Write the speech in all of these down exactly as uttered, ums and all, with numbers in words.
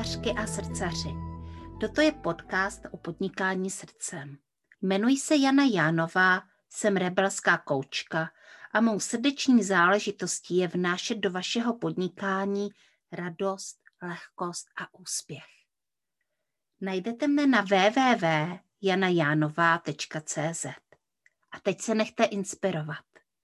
srdcařky a srdcaři. Toto je podcast o podnikání srdcem. Jmenuji se Jana Jánová, jsem rebelská koučka a mou srdeční záležitostí je vnášet do vašeho podnikání radost, lehkost a úspěch. Najdete mne na w w w tečka jana jánová tečka c z. A teď se nechte inspirovat.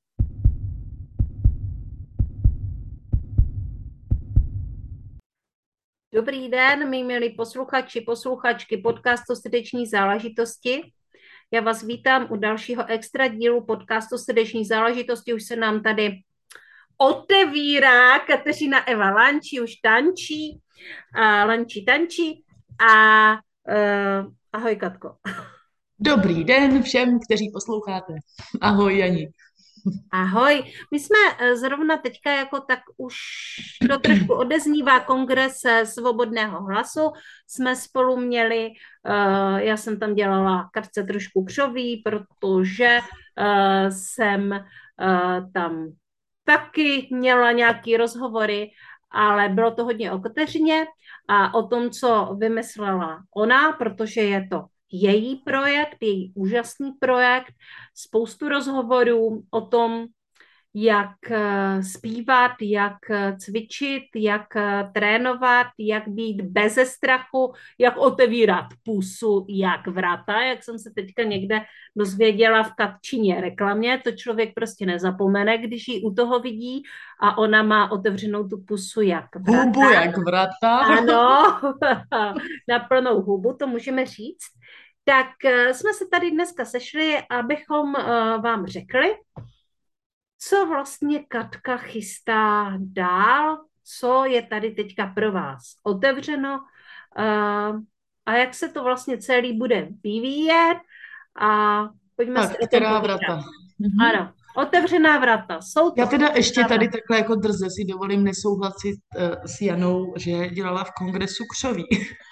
Dobrý den, mý milí posluchači, posluchačky podcastu Srdeční záležitosti. Já vás vítám u dalšího extra dílu podcastu Srdeční záležitosti. Už se nám tady otevírá Kateřina Eva Lančí, už tančí, a Lančí tančí a uh, ahoj Katko. Dobrý den všem, kteří posloucháte. Ahoj Jani. Ahoj. My jsme zrovna teďka jako tak už to trošku odeznívá kongres Svobodného hlasu. Jsme spolu měli, uh, já jsem tam dělala Katce trošku křoví, protože uh, jsem uh, tam taky měla nějaký rozhovory, ale bylo to hodně o Kateřině a o tom, co vymyslela ona, protože je to její projekt, její úžasný projekt, spoustu rozhovorů o tom, jak zpívat, jak cvičit, jak trénovat, jak být beze strachu, jak otevírat pusu, jak vrata, jak jsem se teďka někde dozvěděla v Katčině reklamě, to člověk prostě nezapomene, když ji u toho vidí a ona má otevřenou tu pusu jak vrata. Hubu jak vrata. Ano, na plnou hubu, to můžeme říct. Tak jsme se tady dneska sešli, abychom vám řekli, co vlastně Katka chystá dál, co je tady teďka pro vás otevřeno a jak se to vlastně celý bude vyvíjet a pojďme tak, si o tom která povídat. vrata. Ano, otevřená vrata. Jsou to Já teda ještě tady vrata. takhle jako drze si dovolím nesouhlasit uh, s Janou, že dělala v kongresu křoví.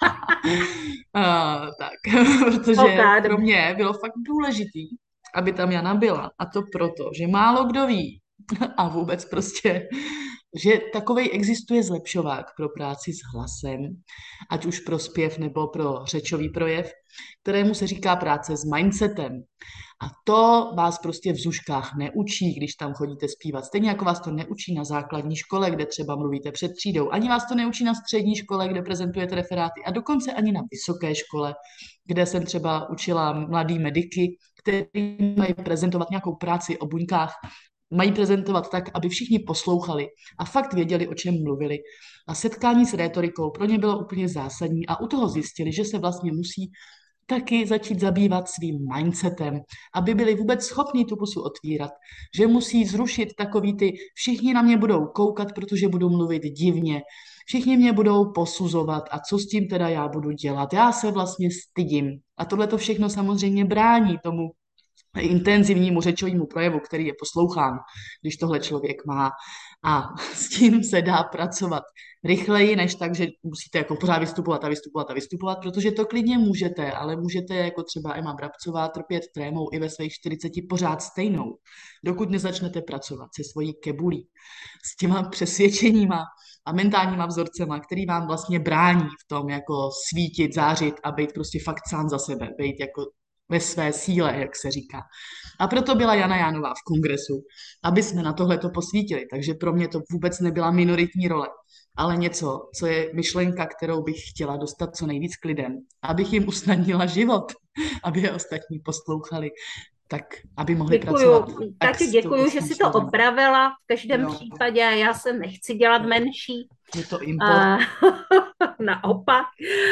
uh, tak, protože Okay. pro mě bylo fakt důležitý, aby tam Jana byla. A to proto, že málo kdo ví a vůbec prostě, že takovej existuje zlepšovák pro práci s hlasem, ať už pro zpěv nebo pro řečový projev, kterému se říká práce s mindsetem. A to vás prostě v zuškách neučí, když tam chodíte zpívat. Stejně jako vás to neučí na základní škole, kde třeba mluvíte před třídou. Ani vás to neučí na střední škole, kde prezentujete referáty. A dokonce ani na vysoké škole, kde jsem třeba učila mladý mediky, kteří mají prezentovat nějakou práci o buňkách. Mají prezentovat tak, aby všichni poslouchali a fakt věděli, o čem mluvili. A setkání s rétorikou pro ně bylo úplně zásadní a u toho zjistili, že se vlastně musí taky začít zabývat svým mindsetem, aby byli vůbec schopni tu pusu otvírat, že musí zrušit takový ty, všichni na mě budou koukat, protože budu mluvit divně, všichni mě budou posuzovat a co s tím teda já budu dělat, já se vlastně stydím. A tohle to všechno samozřejmě brání tomu intenzivnímu řečovému projevu, který je poslouchán, když tohle člověk má. A s tím se dá pracovat rychleji, než tak, že musíte jako pořád vystupovat a vystupovat a vystupovat, protože to klidně můžete, ale můžete jako třeba Emma Brabcová trpět trémou i ve svých čtyřiceti pořád stejnou, dokud nezačnete pracovat se svojí kebulí, s těma přesvědčeníma a mentálníma vzorcema, který vám vlastně brání v tom jako svítit, zářit a být prostě fakt sám za sebe, být jako ve své síle, jak se říká. A proto byla Jana Jánová v kongresu, aby jsme na tohle to posvítili. Takže pro mě to vůbec nebyla minoritní role, ale něco, co je myšlenka, kterou bych chtěla dostat co nejvíc k lidem, abych jim usnadnila život, aby je ostatní poslouchali, tak aby mohli Děkuju. pracovat. Tati, děkuju, že jsi to opravila. V každém no. případě já se nechci dělat menší. Je to import. Naopak.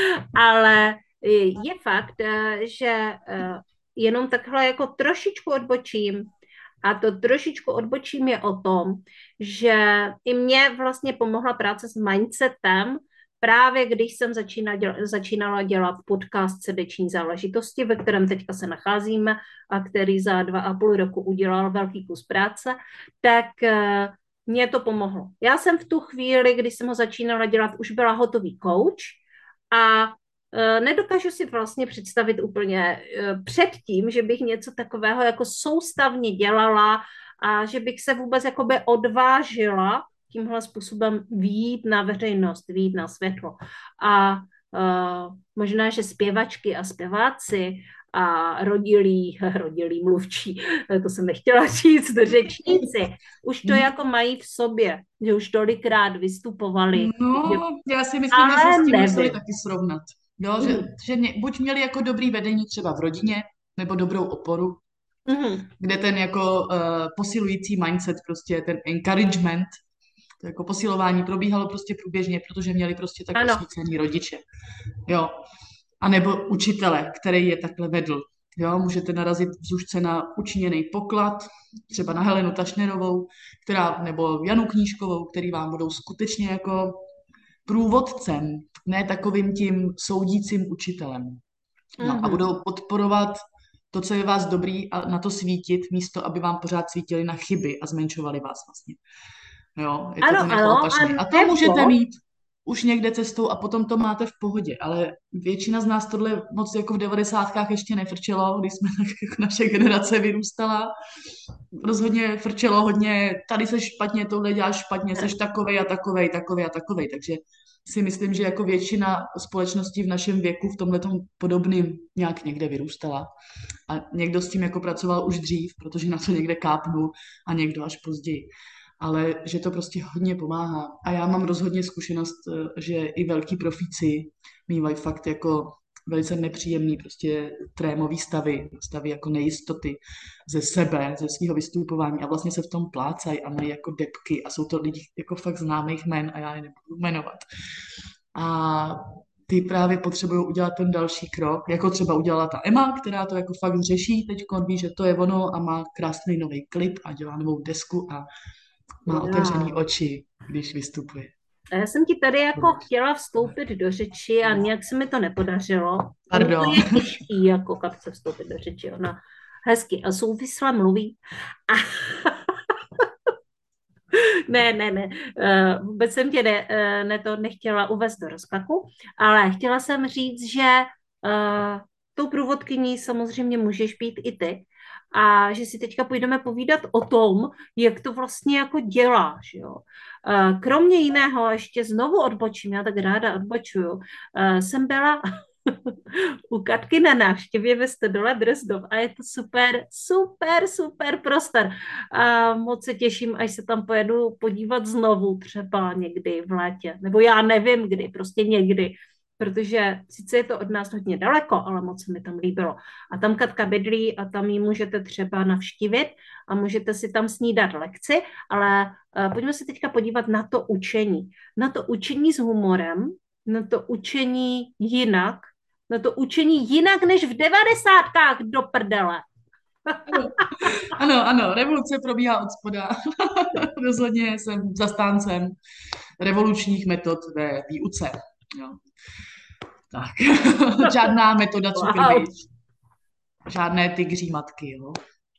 Ale je fakt, že jenom takhle jako trošičku odbočím a to trošičku odbočím je o tom, že i mě vlastně pomohla práce s mindsetem právě když jsem začínala dělat, začínala dělat podcast Srdeční záležitosti, ve kterém teďka se nacházíme a který za dva a půl roku udělal velký kus práce, tak mě to pomohlo. Já jsem v tu chvíli, když jsem ho začínala dělat, už byla hotový coach a nedokážu si vlastně představit úplně předtím, že bych něco takového jako soustavně dělala a že bych se vůbec jakoby odvážila tímhle způsobem vyjít na veřejnost, vyjít na světlo. A uh, možná, že zpěvačky a zpěváci a rodilí, rodilí mluvčí, to jsem nechtěla říct, řečníci, už to jako mají v sobě, že už tolikrát vystupovali. No, já si myslím, Ale že se s tím nevím. museli taky srovnat. Jo, že, že ně, buď měli jako dobrý vedení třeba v rodině, nebo dobrou oporu, Mhm. kde ten jako uh, posilující mindset, prostě ten encouragement, to jako posilování probíhalo prostě průběžně, protože měli prostě tak Ano. osvícený rodiče. Jo. A nebo učitele, který je takhle vedl. Jo, můžete narazit v zušce na učiněný poklad, třeba na Helenu Tašnerovou, která, nebo Janu Knížkovou, který vám budou skutečně jako průvodcem, ne takovým tím soudícím učitelem. No, a Mhm. budou podporovat to, co je vás dobrý a na to svítit, místo, aby vám pořád svítili na chyby a zmenšovali vás vlastně. Jo, je to Ano, ten jako ano, opačný. a A to nebo- můžete mít už někde cestou a potom to máte v pohodě, ale většina z nás tohle moc jako v devadesátkách ještě nefrčelo, když jsme tak jako naše generace vyrůstala. Rozhodně frčelo hodně, tady seš špatně, tohle děláš špatně, seš takovej a takovej, takovej a takovej, takže si myslím, že jako většina společností v našem věku v tomhletom podobným nějak někde vyrůstala. A někdo s tím jako pracoval už dřív, protože na to někde kápnul a někdo až později. Ale že to prostě hodně pomáhá. A já mám rozhodně zkušenost, eh, že i velký profíci mývají fakt jako velice nepříjemný prostě trémový stavy, stavy jako nejistoty ze sebe, ze svého vystupování a vlastně se v tom plácají a mají jako depky a jsou to lidi jako fakt známých jmen a já je nebudu jmenovat. A ty právě potřebují udělat ten další krok, jako třeba udělala ta Emma, která to jako fakt řeší, teď ví, že to je ono a má krásný nový klip a dělá novou desku a má Wow. otevřený oči, když vystupuje. A já jsem ti tady jako chtěla vstoupit do řeči a nějak se mi to nepodařilo. Pardon. To je těžký, jako Katce vstoupit do řeči. Ona hezky a souvisle mluví. A ne, ne, ne. Uh, vůbec jsem tě ne, uh, ne to nechtěla uvést do rozpaku, ale chtěla jsem říct, že uh, tou průvodkyní samozřejmě můžeš být i ty a že si teďka půjdeme povídat o tom, jak to vlastně jako děláš, jo. Uh, kromě jiného, ještě znovu odbočím, já tak ráda odbočuju, uh, jsem byla u Katky na návštěvě ve Stodole Drozdov a je to super, super, super prostor. A moc se těším, až se tam pojedu podívat znovu, třeba někdy v létě, nebo já nevím kdy, prostě někdy, protože sice je to od nás hodně daleko, ale moc se mi tam líbilo. A tam Katka bydlí a tam ji můžete třeba navštívit a můžete si tam snídat lekci, ale uh, pojďme se teďka podívat na to učení. Na to učení s humorem, na to učení jinak, na to učení jinak než v devadesátkách do prdele. Ano, ano, ano, revoluce probíhá od spoda. Rozhodně jsem zastáncem revolučních metod ve výuce. Jo. Tak, žádná metoda cukr Wow. bič. Žádné tygří matky, jo.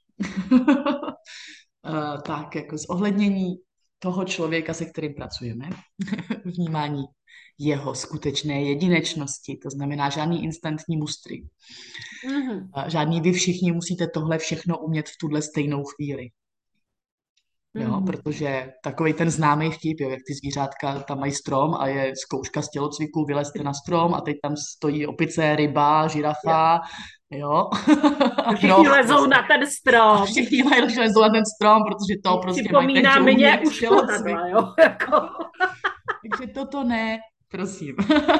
Uh, tak, jako zohlednění toho člověka, se kterým pracujeme, vnímání jeho skutečné jedinečnosti, to znamená žádný instantní mustry. Mm-hmm. Uh, žádný vy všichni musíte tohle všechno umět v tuhle stejnou chvíli. Jo, Mm-hmm. protože takový ten známý vtip, jo, jak ty zvířátka tam mají strom a je zkouška z tělocviku, vylezte na strom a teď tam stojí opice, ryba, žirafa, jo. A Všichni roh, lezou prostě. na ten strom. A všichni mají lezou na ten strom, protože to prostě mají ten Připomíná mě čouhník už z tělocviku. pohádla, jo. Jako. Takže toto ne, prosím.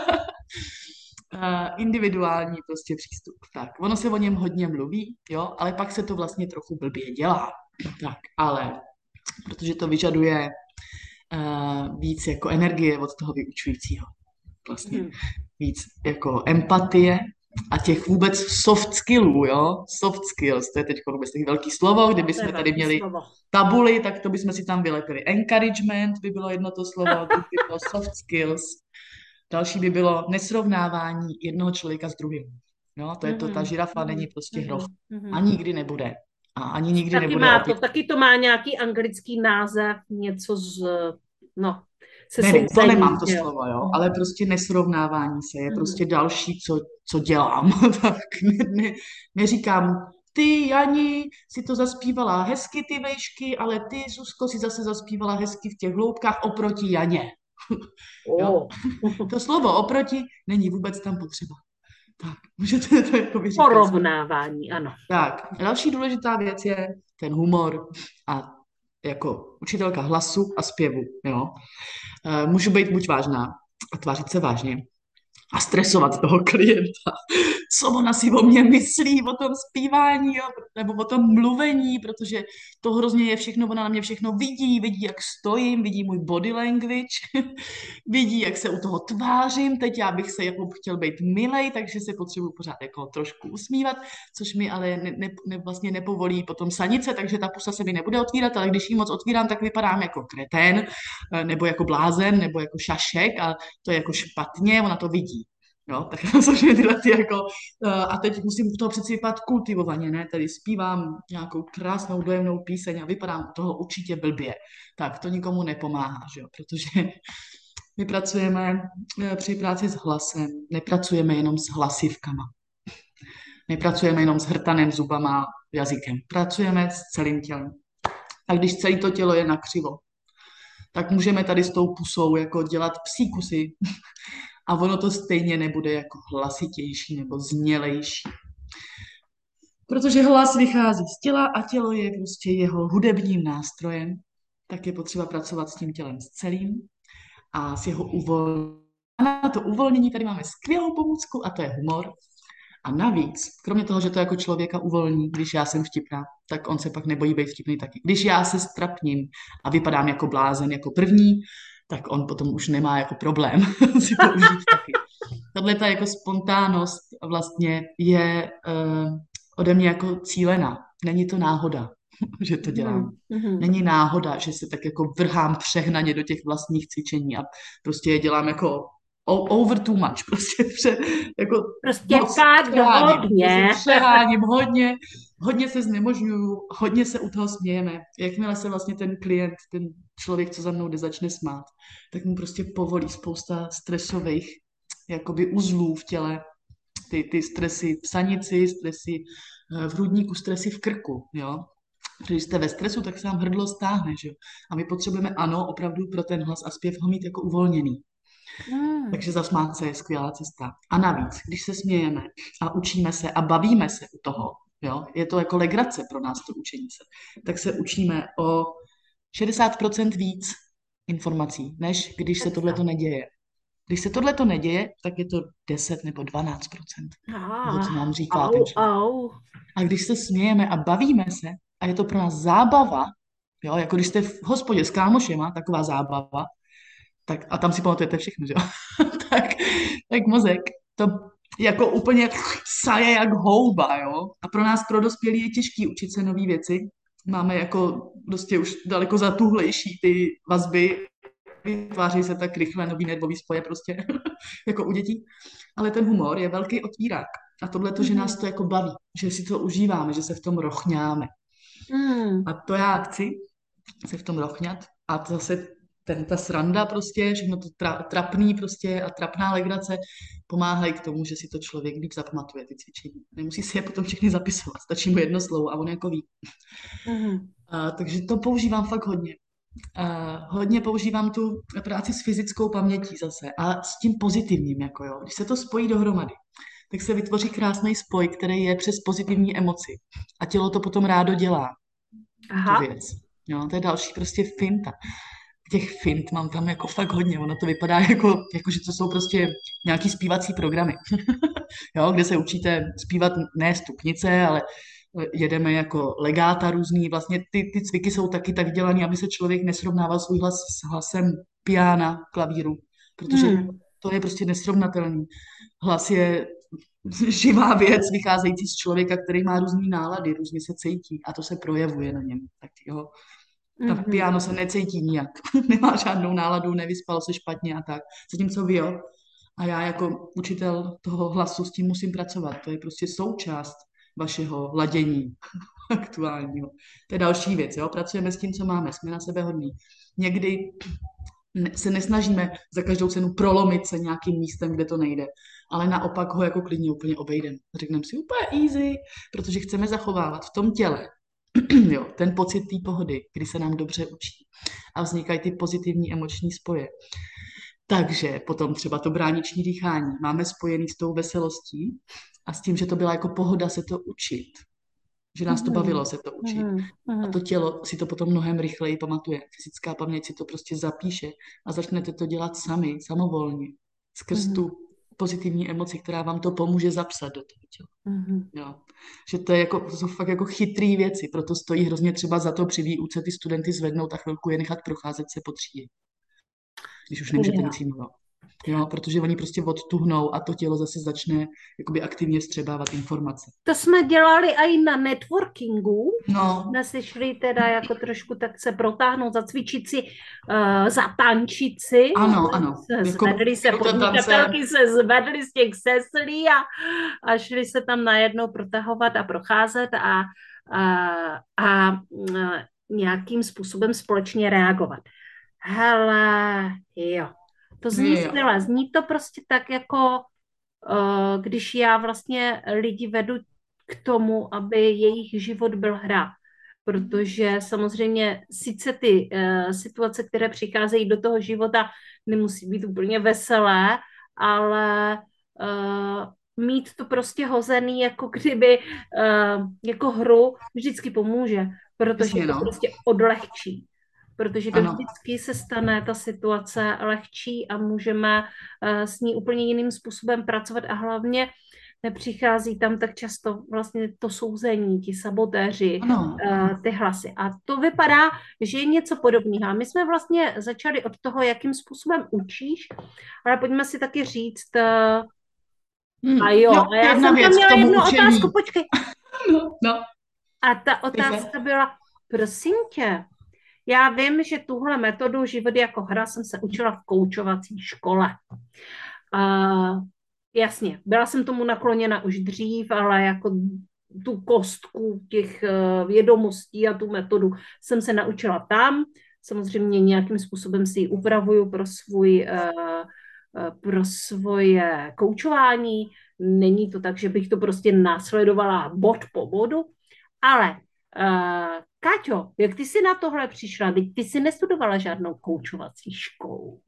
Uh, individuální prostě přístup. Tak, ono se o něm hodně mluví, jo, ale pak se to vlastně trochu blbě dělá. Tak, ale protože to vyžaduje uh, víc jako energie od toho vyučujícího. Vlastně Hmm. víc jako empatie a těch vůbec soft skillů, jo? Soft skills, to je teď vůbec takový velký slovo, kdyby jsme tady měli slovo. tabuli, tak to bychom si tam vylepili. Encouragement by bylo jedno to slovo, druhé by bylo soft skills, další by bylo nesrovnávání jednoho člověka s druhým. Jo? To je to, ta žirafa není prostě hroch. A nikdy nebude. A ani nikdy taky nebude má opět. to, taky to má nějaký anglický název, něco z, no, se ne, ne, to souzení, nemám to jo. slovo, jo, ale prostě nesrovnávání se je prostě další, co, co dělám. Tak ne, ne, neříkám ty, Jani, si to zaspívala hezky, ty vejšky, ale ty, Zuzko, si zase zaspívala hezky v těch hloubkách oproti Janě. Jo? Oh. To slovo oproti není vůbec tam potřeba. Tak, můžete to jako vyříkat. Porovnávání, ano. Tak, další důležitá věc je ten humor a jako učitelka hlasu a zpěvu, jo. E, můžu být buď vážná a tvářit se vážně a stresovat toho klienta, co ona si o mě myslí, o tom zpívání, jo, nebo o tom mluvení, protože to hrozně je všechno, ona na mě všechno vidí, vidí, jak stojím, vidí můj body language, vidí, jak se u toho tvářím, teď já bych se jako chtěl být milej, takže se potřebuji pořád jako trošku usmívat, což mi ale ne, ne, ne, vlastně nepovolí potom sanice, takže ta pusa se mi nebude otvírat, ale když ji moc otvírám, tak vypadám jako kretén, nebo jako blázen, nebo jako šašek a to je jako špatně, ona to vidí. Jo, tak to jsou tyhle ty jako, uh, a teď musím toho přeci vypadat kultivovaně, ne, tady zpívám nějakou krásnou dojemnou píseň a vypadám u toho určitě blbě, tak to nikomu nepomáhá, že jo, protože my pracujeme uh, při práci s hlasem, nepracujeme jenom s hlasivkama, nepracujeme jenom s hrtanem, zubama, jazykem, pracujeme s celým tělem. A když celé to tělo je nakřivo, tak můžeme tady s tou pusou jako dělat psí kusy, a ono to stejně nebude jako hlasitější nebo znělejší. Protože hlas vychází z těla a tělo je prostě jeho hudebním nástrojem, tak je potřeba pracovat s tím tělem s celým a s jeho uvolněním. A na to uvolnění tady máme skvělou pomůcku a to je humor. A navíc, kromě toho, že to jako člověka uvolní, když já jsem vtipná, tak on se pak nebojí být vtipný taky. Když já se strapním a vypadám jako blázen jako první, tak on potom už nemá jako problém si to užít taky. Tahle ta jako spontánnost vlastně je uh, ode mě jako cílená. Není to náhoda, že to dělám. Mm-hmm. Není náhoda, že se tak jako vrhám přehnaně do těch vlastních cvičení a prostě je dělám jako over too much, prostě pře, jako prostě tak hodně. Přeháním hodně, hodně se znemožňuju, hodně se u toho smějeme. Jakmile se vlastně ten klient, ten člověk, co za mnou jde, začne smát, tak mu prostě povolí spousta stresových jakoby uzlů v těle, ty, ty stresy v sanici, stresy v hrudníku, stresy v krku, jo. Když jste ve stresu, tak se vám hrdlo stáhne, že jo. A my potřebujeme, ano, opravdu pro ten hlas a zpěv ho mít jako uvolněný. Hmm. Takže zasmát se je skvělá cesta. A navíc, když se smějeme a učíme se a bavíme se u toho, jo, je to jako legrace pro nás to učení se, tak se učíme o šedesát procent víc informací, než když se tohleto neděje. Když se tohleto neděje, tak je to deset nebo dvanáct procent. Ah, co nám říká au, ten člověk. au. A když se smějeme a bavíme se a je to pro nás zábava, jo, jako když jste v hospodě s kámošema, taková zábava, tak, a tam si pamatujete všechno, že jo? tak, tak mozek to jako úplně saje jak houba, jo? A pro nás, pro dospělí, je těžký učit se nové věci. Máme jako prostě už daleko zatuhlejší ty vazby, vytváří se tak rychle nový nervový spoje prostě, jako u dětí. Ale ten humor je velký otvírák. A tohle to, že nás to jako baví, že si to užíváme, že se v tom rochňáme. Mm. A to já chci se v tom rochňat a to zase ten, ta sranda prostě, všechno to tra, trapný prostě a trapná legrace pomáhají k tomu, že si to člověk líp zapamatuje, ty cvičení. Nemusí si je potom všechny zapisovat, stačí mu jedno slovo a on jako ví. Mm. A, takže to používám fakt hodně. A, hodně používám tu práci s fyzickou pamětí zase a s tím pozitivním, jako jo. Když se to spojí dohromady, tak se vytvoří krásný spoj, který je přes pozitivní emoci. A tělo to potom rádo dělá. Aha. Tu věc. Jo, to je další prostě finta. Těch fint mám tam jako fakt hodně. Ono to vypadá jako, jako že to jsou prostě nějaký zpívací programy. jo, kde se učíte zpívat ne stupnice, ale jedeme jako legáta různý. Vlastně ty, ty cviky jsou taky tak dělaný, aby se člověk nesrovnával svůj hlas s hlasem piana, klavíru. Protože hmm. to je prostě nesrovnatelný. Hlas je živá věc, vycházející z člověka, který má různý nálady, různě se cítí a to se projevuje na něm. Tak jo. Ta mm-hmm. piano se necítí nijak, nemá žádnou náladu, nevyspal se špatně a tak. Zatímco vy jo. A já jako učitel toho hlasu s tím musím pracovat. To je prostě součást vašeho ladění aktuálního. To je další věc, jo. Pracujeme s tím, co máme, jsme na sebe hodní. Někdy se nesnažíme za každou cenu prolomit se nějakým místem, kde to nejde, ale naopak ho jako klidně úplně obejdeme. Řekneme si úplně easy, protože chceme zachovávat v tom těle jo, ten pocit té pohody, kdy se nám dobře učí a vznikají ty pozitivní emoční spoje. Takže potom třeba to brániční dýchání máme spojený s tou veselostí a s tím, že to byla jako pohoda se to učit. Že nás to bavilo se to učit. A to tělo si to potom mnohem rychleji pamatuje. Fyzická paměť si to prostě zapíše a začnete to dělat sami, samovolně. Skrz tu pozitivní emoci, která vám to pomůže zapsat do toho těla. Jo. Že to, je jako, to jsou fakt jako chytrý věci, proto stojí hrozně třeba za to při výuce ty studenty zvednout a chvilku je nechat procházet se po třídě. Když už nemůžete nic jiného. Jo, protože oni prostě odtuhnou a to tělo zase začne jakoby aktivně vstřebávat informace. To jsme dělali i na networkingu. No. Jsme si šli teda jako trošku tak se protáhnout, zacvičit si, uh, zatančit si. Ano, ano. Se zvedli se, podnikatelky se zvedli z těch seslí a, a šli se tam najednou protahovat a procházet a, a, a, a nějakým způsobem společně reagovat. Hele, jo. To zní skvěle. Zní to prostě tak jako, uh, když já vlastně lidi vedu k tomu, aby jejich život byl hra. Protože samozřejmě sice ty uh, situace, které přicházejí do toho života, nemusí být úplně veselé, ale uh, mít to prostě hozený jako kdyby uh, jako hru vždycky pomůže, protože to prostě odlehčí. Protože to vždycky se stane ta situace lehčí a můžeme uh, s ní úplně jiným způsobem pracovat a hlavně nepřichází tam tak často vlastně to souzení, ti sabotéři, uh, ty hlasy. A to vypadá, že je něco podobného. My jsme vlastně začali od toho, jakým způsobem učíš, ale pojďme si taky říct, uh, hmm. a jo, no, a já jsem tam měla jednu učení. Otázku, počkej. no, no. A ta otázka byla, prosím tě, já vím, že tuhle metodu život jako hra jsem se učila v koučovací škole. Uh, jasně, byla jsem tomu nakloněna už dřív, ale jako tu kostku těch uh, vědomostí a tu metodu jsem se naučila tam. Samozřejmě nějakým způsobem si ji upravuju pro svůj, uh, pro svoje koučování. Není to tak, že bych to prostě následovala bod po bodu, ale uh, Káťo, jak ty jsi na tohle přišla? Ty jsi nestudovala žádnou koučovací školu.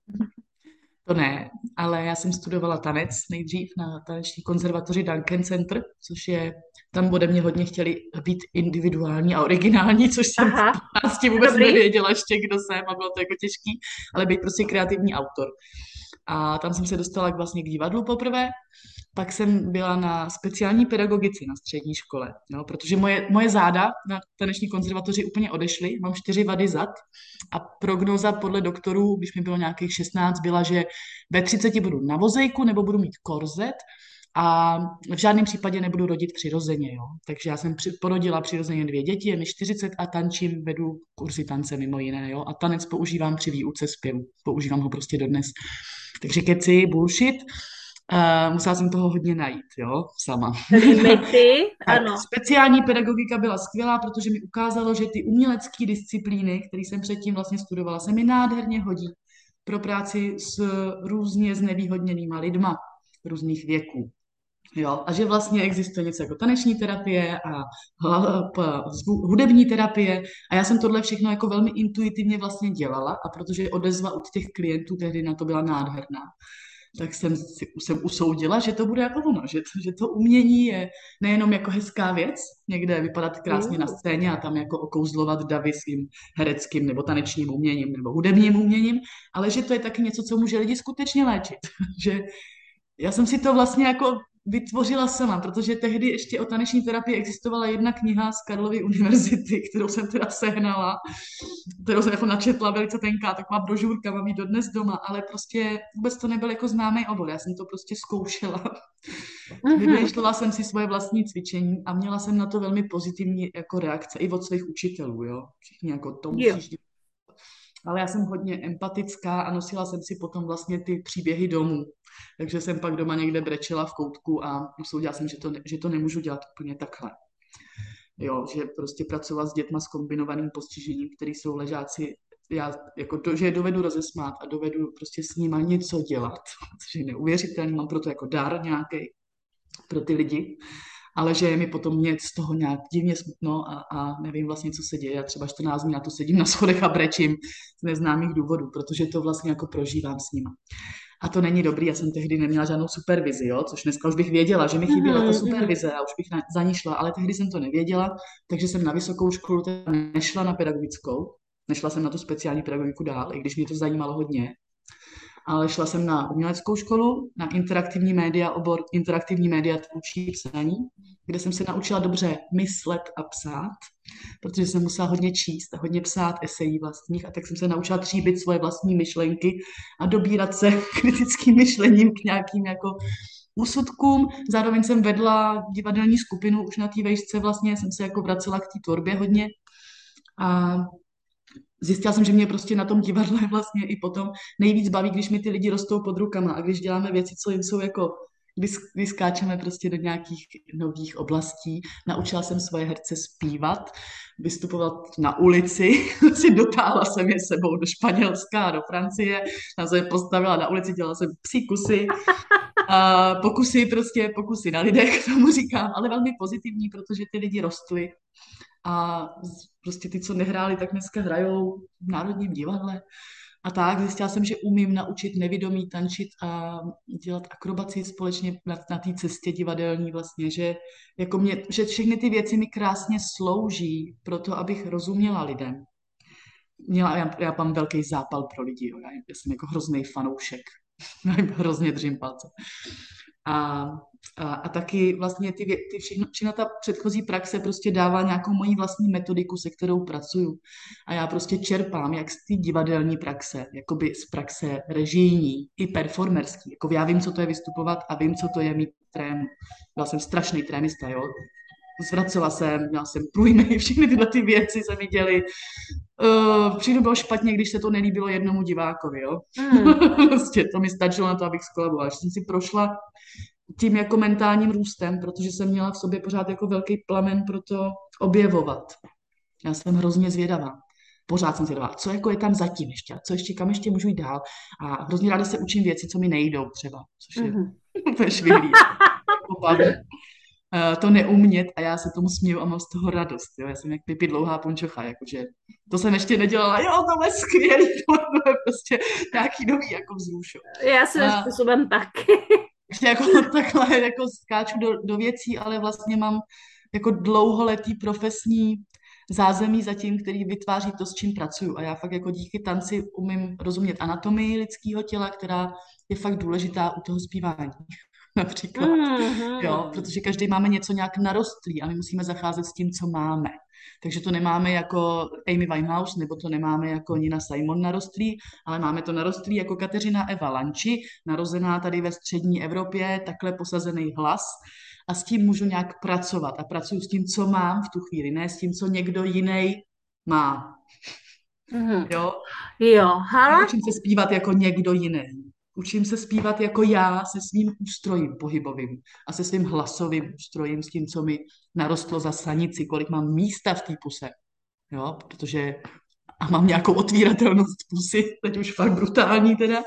To ne, ale já jsem studovala tanec nejdřív na taneční konzervatoři Duncan Center, což je, tam ode mě hodně chtěli být individuální a originální, což jsem s tím vůbec Dobrý. nevěděla ještě, kdo jsem a bylo to jako těžký, ale být prostě kreativní autor. A tam jsem se dostala k vlastně k divadlu poprvé, pak jsem byla na speciální pedagogici na střední škole, jo, protože moje, moje záda na taneční konzervatoři úplně odešly, mám čtyři vady zad a prognóza podle doktorů, když mi bylo nějakých šestnáct, byla, že ve třiceti budu na vozejku nebo budu mít korzet a v žádném případě nebudu rodit přirozeně. Jo. Takže já jsem při, porodila přirozeně dvě děti, je mi čtyřicet a tančím, vedu kurzy tance mimo jiné. Jo. A tanec používám při výuce zpěvu, používám ho prostě dodnes. Takže keci, bullshit. Uh, musela jsem toho hodně najít, jo, sama. Limity, ano. Speciální pedagogika byla skvělá, protože mi ukázalo, že ty umělecké disciplíny, které jsem předtím vlastně studovala, se mi nádherně hodí pro práci s různě znevýhodněnýma lidma různých věků. Jo, a že vlastně existuje něco jako taneční terapie a hudební terapie a já jsem tohle všechno jako velmi intuitivně vlastně dělala a protože odezva od těch klientů tehdy na to byla nádherná, tak jsem, si, jsem usoudila, že to bude jako ono, že to, že to umění je nejenom jako hezká věc, někde vypadat krásně na scéně a tam jako okouzlovat davy svým hereckým nebo tanečním uměním nebo hudebním uměním, ale že to je taky něco, co může lidi skutečně léčit. Že já jsem si to vlastně jako vytvořila sama, protože tehdy ještě o taneční terapii existovala jedna kniha z Karlovy univerzity, kterou jsem teda sehnala, kterou jsem jako načetla, velice tenká, taková brožurka, mám ji dodnes doma, ale prostě vůbec to nebyl jako známý obor, já jsem to prostě zkoušela. Vymýšlela jsem si svoje vlastní cvičení a měla jsem na to velmi pozitivní jako reakce i od svých učitelů, jo. Všichni jako to musíš dělat. Ale já jsem hodně empatická a nosila jsem si potom vlastně ty příběhy domů. Takže jsem pak doma někde brečela v koutku a usoudila jsem, že to, ne, že to nemůžu dělat úplně takhle. Jo, že prostě pracovat s dětma s kombinovaným postižením, který jsou ležáci já jako to, že je dovedu rozesmát a dovedu prostě s nima něco dělat, což je neuvěřitelný, mám proto jako dar nějaký pro ty lidi, ale že je mi potom mě z toho nějak divně smutno a, a nevím vlastně, co se děje. Já třeba čtrnáct dní na to sedím na schodech a brečím z neznámých důvodů, protože to vlastně jako prožívám s nima. A to není dobrý, já jsem tehdy neměla žádnou supervizi, jo? Což dneska už bych věděla, že mi chyběla ta supervize a už bych na, za ní šla, ale tehdy jsem to nevěděla, takže jsem na vysokou školu teda nešla na pedagogickou, nešla jsem na tu speciální pedagogiku dál, i když mě to zajímalo hodně, ale šla jsem na uměleckou školu, na interaktivní média, obor interaktivní média tvůrčí psaní, kde jsem se naučila dobře myslet a psát, protože jsem musela hodně číst a hodně psát esejí vlastních a tak jsem se naučila tříbit svoje vlastní myšlenky a dobírat se kritickým myšlením k nějakým jako úsudkům. Zároveň jsem vedla divadelní skupinu, už na té vejšce vlastně jsem se jako vracela k té tvorbě hodně a zjistila jsem, že mě prostě na tom divadle vlastně i potom nejvíc baví, když mi ty lidi rostou pod rukama a když děláme věci, co jim jsou jako, když, když skáčeme prostě do nějakých nových oblastí. Naučila jsem svoje herce zpívat, vystupovat na ulici, si dotáhla jsem je sebou do Španělska a do Francie, tam jsem je postavila na ulici, dělala jsem psí kusy, a pokusy prostě, pokusy na lidech, tomu říkám, ale velmi pozitivní, protože ty lidi rostly a prostě ty, co nehráli, tak dneska hrajou v Národním divadle. A tak zjistila jsem, že umím naučit nevidomí tančit a dělat akrobaci společně na, na té cestě divadelní vlastně, že, jako mě, že všechny ty věci mi krásně slouží pro to, abych rozuměla lidem. Měla, já, já mám velký zápal pro lidi, jo. Já, já jsem jako hrozný fanoušek. Hrozně držím palce. A, a, a taky vlastně ty, vě- ty všechno, všechna ta předchozí praxe prostě dává nějakou moji vlastní metodiku, se kterou pracuju. A já prostě čerpám jak z té divadelní praxe, jakoby z praxe režijní i performerský. Jako já vím, co to je vystupovat a vím, co to je mít trém. Byla jsem strašný trénista, jo. Zvracela jsem, měla jsem průjmy, všechny tyhle ty věci se mi děly. Uh, všechno bylo špatně, když se to nelíbilo jednomu divákovi, jo. Mm. Prostě to mi stačilo na to, abych skolabovala. Že jsem si prošla tím jako mentálním růstem, protože jsem měla v sobě pořád jako velký plamen pro to objevovat. Já jsem hrozně zvědavá. Pořád jsem zvědavá, co jako je tam zatím ještě, a co ještě, kam ještě můžu jít dál. A hrozně ráda se učím věci, co mi nejdou třeba, což je Mhm. úplně švihlý. Uh, to neumět a já se tomu směju a mám z toho radost. Jo? Já jsem jak Pipi dlouhá punčocha, jakože to jsem ještě nedělala, jo, to je skvělý, to je prostě nějaký nový jako vzrušo. Já svým A- způsobem taky. Takže jako takhle jako skáču do, do věcí, ale vlastně mám jako dlouholetý profesní zázemí zatím, který vytváří to, s čím pracuju. A já fakt jako díky tanci umím rozumět anatomii lidského těla, která je fakt důležitá u toho zpívání. Například. Mhm. Jo, protože každý máme něco nějak narostlý a my musíme zacházet s tím, co máme. Takže to nemáme jako Amy Winehouse, nebo to nemáme jako Nina Simon narostlý, ale máme to narostlý jako Kateřina Eva Lanči, narozená tady ve střední Evropě, takhle posazený hlas a s tím můžu nějak pracovat a pracuji s tím, co mám v tu chvíli, ne s tím, co někdo jiný má. Mhm. Jo? Jo, hele, Učím se zpívat jako někdo jiný. Učím se zpívat jako já se svým ústrojím pohybovým a se svým hlasovým ústrojím, s tím, co mi narostlo za sanici, kolik mám místa v té puse. Jo, protože a mám nějakou otvíratelnost pusy, teď už fakt brutální teda.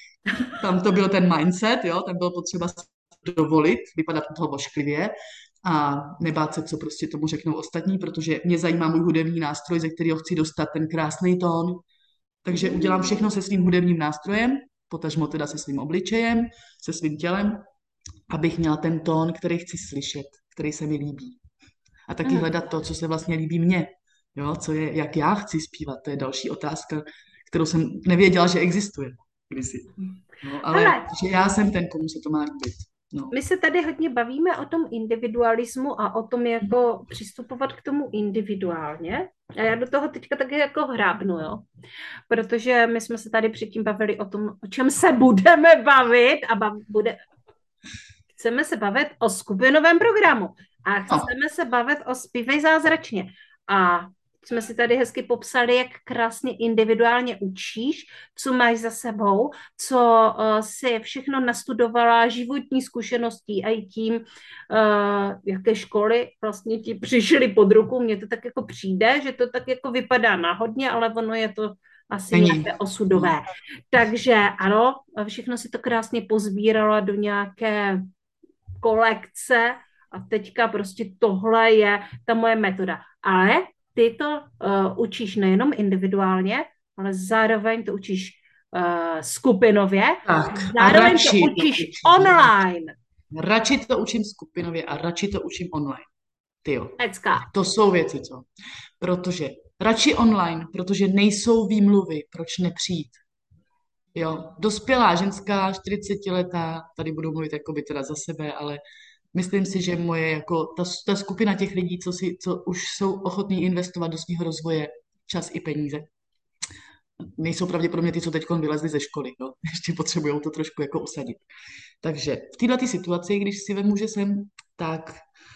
Tam to byl ten mindset, jo, tam bylo potřeba si dovolit, vypadat u toho ošklivě a nebát se, co prostě tomu řeknou ostatní, protože mě zajímá můj hudební nástroj, ze kterého chci dostat ten krásný tón. Takže udělám všechno se svým hudebním nástrojem, potažmo teda se svým obličejem, se svým tělem, abych měla ten tón, který chci slyšet, který se mi líbí. A taky Mm. hledat to, co se vlastně líbí mně. Jo, co je, jak já chci zpívat, to je další otázka, kterou jsem nevěděla, že existuje kdysi. No, ale Hele. že já jsem ten, komu se to má líbit. No. My se tady hodně bavíme o tom individualismu a o tom, jako přistupovat k tomu individuálně. A já do toho teďka taky jako hrábnu, jo. Protože my jsme se tady předtím bavili o tom, o čem se budeme bavit a bav, bude... chceme se bavit o skupinovém programu a chceme se bavit o Zpívej zázračně. A jsme si tady hezky popsali, jak krásně individuálně učíš, co máš za sebou, co uh, si všechno nastudovala, životní zkušeností a i tím, uh, jaké školy vlastně ti přišly pod ruku. Mně to tak jako přijde, že to tak jako vypadá náhodně, ale ono je to asi Není. nějaké osudové. Takže ano, všechno si to krásně pozbírala do nějaké kolekce a teďka prostě tohle je ta moje metoda. Ale ty to uh, učíš nejenom individuálně, ale zároveň to učíš uh, skupinově, Tak, a zároveň to radši to učíš učím. online. Radši to učím skupinově a radši to učím online. Tyjo, Pecka. to jsou věci, co? Protože radši online, protože nejsou výmluvy, proč nepřijít. Jo, dospělá ženská, čtyřicetiletá, tady budu mluvit jakoby teda za sebe, ale myslím si, že moje jako ta, ta skupina těch lidí, co, si, co už jsou ochotní investovat do svého rozvoje čas i peníze, nejsou pravděpodobně ty, co teď vylezli ze školy, jo? Ještě potřebují to trošku jako usadit. Takže v této situaci, když si vemu, že jsem, tak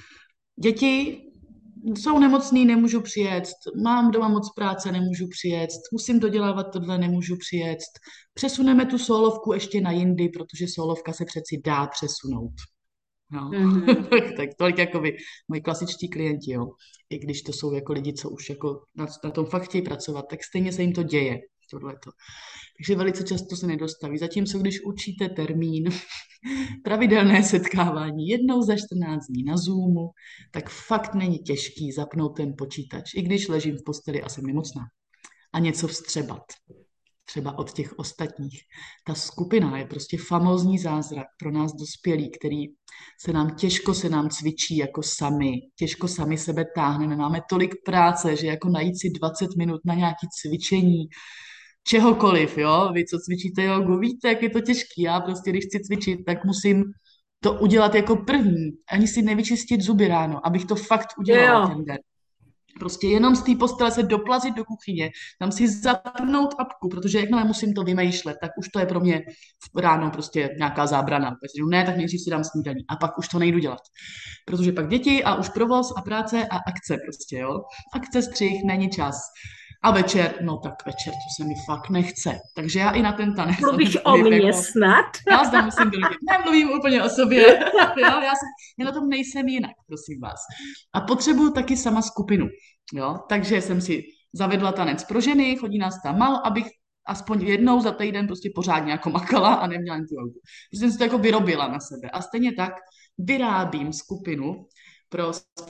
děti jsou nemocný, nemůžu přijet, mám doma moc práce, nemůžu přijet, musím dodělávat tohle, nemůžu přijet. Přesuneme tu solovku ještě na jindy, protože solovka se přeci dá přesunout. No. Mm-hmm. tak, tak tolik jako by moji klasičtí klienti, jo. I když to jsou jako lidi, co už jako na, na tom fakt chtějí pracovat, tak stejně se jim to děje. Tohleto. Takže velice často se nedostaví. Zatímco když učíte termín, pravidelné setkávání jednou za čtrnáct dní na Zoomu, tak fakt není těžký zapnout ten počítač, i když ležím v posteli a jsem nemocná. A něco vstřebat. Třeba od těch ostatních. Ta skupina je prostě famózní zázrak pro nás dospělí, který se nám těžko se nám cvičí jako sami, těžko sami sebe táhneme, máme tolik práce, že jako najít si dvacet minut na nějaké cvičení, čehokoliv, jo, vy co cvičíte jogu, víte, jak je to těžký, já prostě, když chci cvičit, tak musím to udělat jako první, ani si nevyčistit zuby ráno, abych to fakt udělala Jo. ten den. Prostě jenom z té postele se doplazit do kuchyně, tam si zapnout apku, protože jakmile musím to vymýšlet, tak už to je pro mě ráno prostě nějaká zábrana. Protože ne, tak nejdřív si dám snídaní a pak už to nejdu dělat. Protože pak děti a už provoz a práce a akce prostě, jo. Akce, střih, není čas. A večer, no tak večer, to se mi fakt nechce. Takže já i na ten tanec. Mluvíš o mně jako, snad? Já zde musím dohodit. Nemluvím úplně o sobě. jo, já, jsem, já na tom nejsem jinak, prosím vás. A potřebuju taky sama skupinu. Jo? Takže jsem si zavedla tanec pro ženy, chodí nás tam málo, abych aspoň jednou za týden prostě pořádně jako makala a neměla jen tu jogu. Protože jsem si to jako vyrobila na sebe. A stejně tak vyrábím skupinu pro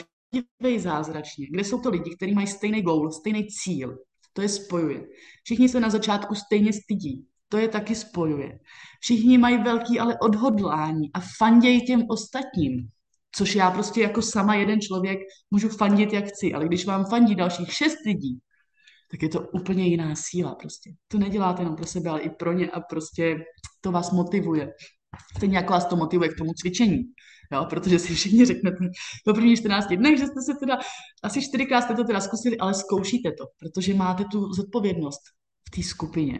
Dívej zázračně, kde jsou to lidi, kteří mají stejný goal, stejný cíl. To je spojuje. Všichni se na začátku stejně stydí. To je taky spojuje. Všichni mají velký ale odhodlání a fandějí těm ostatním. Což já prostě jako sama jeden člověk můžu fandit, jak chci. Ale když vám fandí dalších šest lidí, tak je to úplně jiná síla prostě. To neděláte jenom pro sebe, ale i pro ně a prostě to vás motivuje. Stejně jako vás to motivuje k tomu cvičení. Jo, protože si všichni řeknete po prvních čtrnácti dnech, že jste se teda, asi čtyřikrát jste to teda zkusili, ale zkoušíte to, protože máte tu zodpovědnost v té skupině.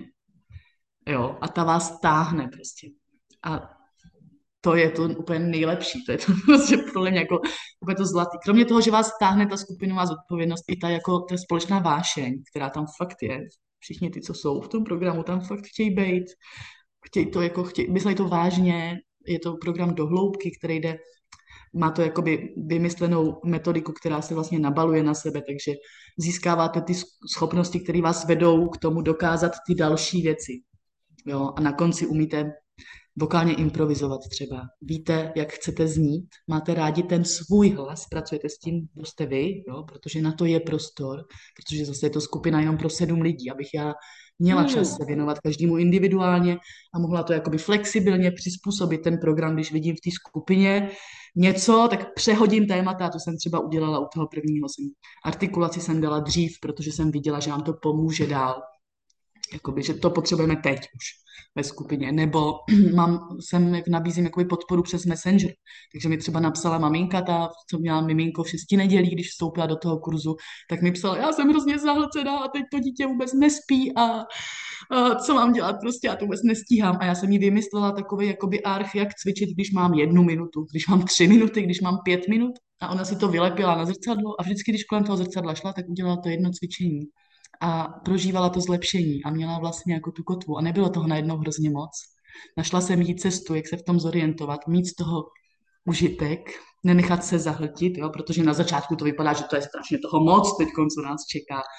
Jo, a ta vás táhne prostě. A to je to úplně nejlepší, to je to prostě podle mě jako úplně to zlatý. Kromě toho, že vás táhne ta skupinová zodpovědnost, i ta jako ta společná vášeň, která tam fakt je. Všichni ty, co jsou v tom programu, tam fakt chtějí být, chtějí to jako, chtějí, myslej to vážně, je to program do hloubky, který jde, má to jakoby vymyslenou metodiku, která se vlastně nabaluje na sebe, takže získáváte ty schopnosti, které vás vedou k tomu dokázat ty další věci. Jo? A na konci umíte vokálně improvizovat třeba. Víte, jak chcete znít, máte rádi ten svůj hlas, pracujete s tím, kdo jste vy, jo? Protože na to je prostor, protože zase je to skupina jenom pro sedm lidí, abych já měla čas se věnovat každému individuálně a mohla to jakoby flexibilně přizpůsobit ten program, když vidím v té skupině něco, tak přehodím témata, to jsem třeba udělala u toho prvního, jsem, artikulaci jsem dala dřív, protože jsem viděla, že vám to pomůže dál. Jakoby, že to potřebujeme teď už ve skupině, nebo mám, jsem, jak nabízím jakoby podporu přes Messenger, takže mi třeba napsala maminka, ta, co měla miminko v šesti nedělí, když vstoupila do toho kurzu, tak mi psala, já jsem hrozně zahlcená a teď to dítě vůbec nespí a, a co mám dělat, prostě já to vůbec nestíhám a já jsem jí vymyslela takový jakoby arch, jak cvičit, když mám jednu minutu, když mám tři minuty, když mám pět minut a ona si to vylepila na zrcadlo a vždycky, když kolem toho zrcadla šla, tak udělala to jedno cvičení. A prožívala to zlepšení a měla vlastně jako tu kotvu a nebylo toho najednou hrozně moc. Našla jsem jí cestu, jak se v tom zorientovat, mít z toho užitek, nenechat se zahltit, jo, protože na začátku to vypadá, že to je strašně toho moc teď, co nás čeká.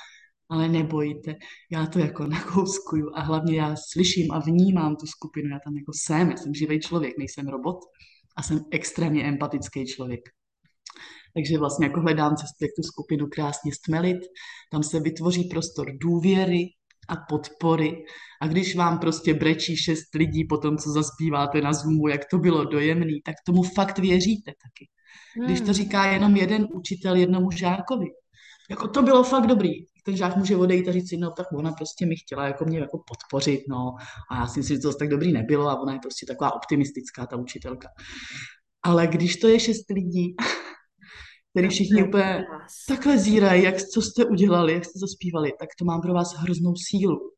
ale nebojte, já to jako nakouskuju a hlavně já slyším a vnímám tu skupinu, já tam jako jsem, já jsem živý člověk, nejsem robot a jsem extrémně empatický člověk. Takže vlastně jako hledám cestu, jak tu skupinu krásně stmelit, tam se vytvoří prostor důvěry a podpory a když vám prostě brečí šest lidí po tom, co zaspíváte na Zoomu, jak to bylo dojemný, tak tomu fakt věříte taky. Když to Hmm. říká jenom jeden učitel jednomu žákovi, jako to bylo fakt dobrý. Ten žák může odejít a říct si, no tak ona prostě mi chtěla jako mě jako podpořit, no. A já si myslím, že to zase tak dobrý nebylo a ona je prostě taková optimistická, ta učitelka. Ale když to je šest lidí, který všichni úplně takhle zírají, jak, co jste udělali, jak jste zaspívali, tak to mám pro vás hroznou sílu.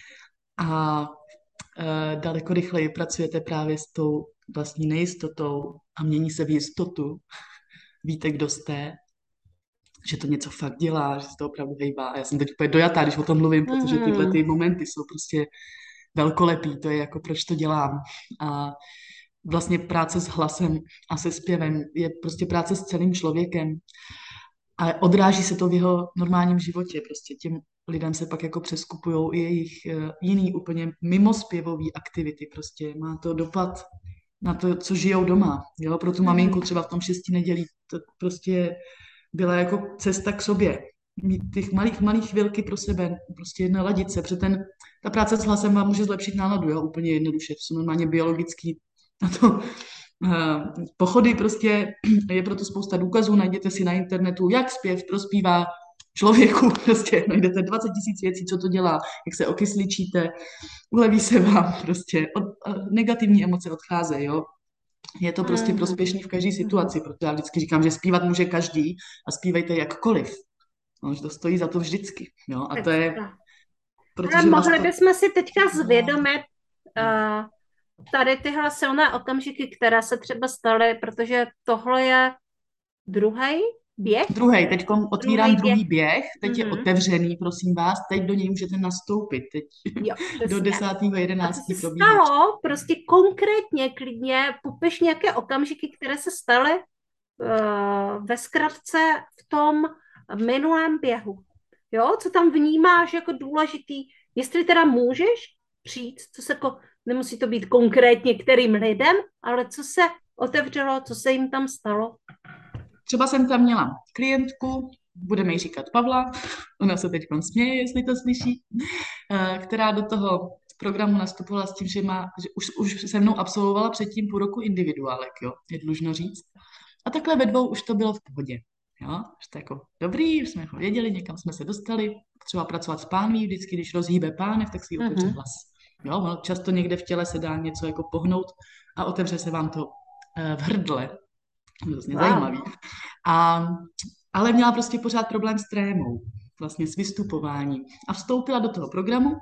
A e, daleko rychleji pracujete právě s tou vlastní nejistotou a mění se v jistotu. Víte, kdo jste, že to něco fakt dělá, že se to opravdu hejbá. A já jsem teď úplně dojatá, když o tom mluvím, protože tyhle ty momenty jsou prostě velkolepý, to je jako proč to dělám. A vlastně práce s hlasem a se zpěvem je prostě práce s celým člověkem. A odráží se to v jeho normálním životě. Prostě těm lidem se pak jako přeskupujou i jejich uh, jiný úplně mimospěvový aktivity. Prostě má to dopad na to, co žijou doma. Jo? Pro tu maminku třeba v tom šesti nedělí to prostě byla jako cesta k sobě. Mít těch malých, malých chvilky pro sebe, prostě naladit se, protože ten, ta práce s hlasem vám může zlepšit náladu, jo? Úplně jednoduše, to jsou normálně biologický na to Uh, pochody prostě, je proto spousta důkazů, najděte si na internetu, jak zpěv prospívá člověku, prostě najdete dvacet tisíc věcí, co to dělá, jak se okysličíte, uleví se vám, prostě od, uh, negativní emoce odcházejí, jo. Je to prostě prospěšný v každé situaci, protože já vždycky říkám, že zpívat může každý a zpívejte jakkoliv. No, že to stojí za to vždycky, jo, a to je... Ale mohli bychom si teďka zvědomit uh, tady tyhle silné okamžiky, které se třeba staly, protože tohle je druhý běh? Druhý, teď otvírám druhý běh, běh teď mm-hmm. je otevřený, prosím vás, teď do něj můžete nastoupit, teď jo, do desátého jedenáctého probíhá. Stalo prostě konkrétně, klidně, popiš nějaké okamžiky, které se staly uh, ve zkratce v tom minulém běhu. Jo, co tam vnímáš jako důležitý, jestli teda můžeš přijít, co se jako, nemusí to být konkrétně kterým lidem, ale co se otevřelo, co se jim tam stalo. Třeba jsem tam měla klientku, budeme jí říkat Pavla, ona se teď směje, jestli to slyší, která do toho programu nastupovala s tím, že, má, že už, už se mnou absolvovala předtím půl roku individuálek, jo, je dlužno říct. A takhle ve dvou už to bylo v pohodě. Jo, už to jako dobrý, už jsme jako věděli, někam jsme se dostali, třeba pracovat s pánví, vždycky, když rozhýbe pánev, tak si otevře hlas. Jo, ono často někde v těle se dá něco jako pohnout a otevře se vám to v hrdle. Vlastně wow. Zajímavý. A, ale měla prostě pořád problém s trémou, vlastně s vystupováním. A vstoupila do toho programu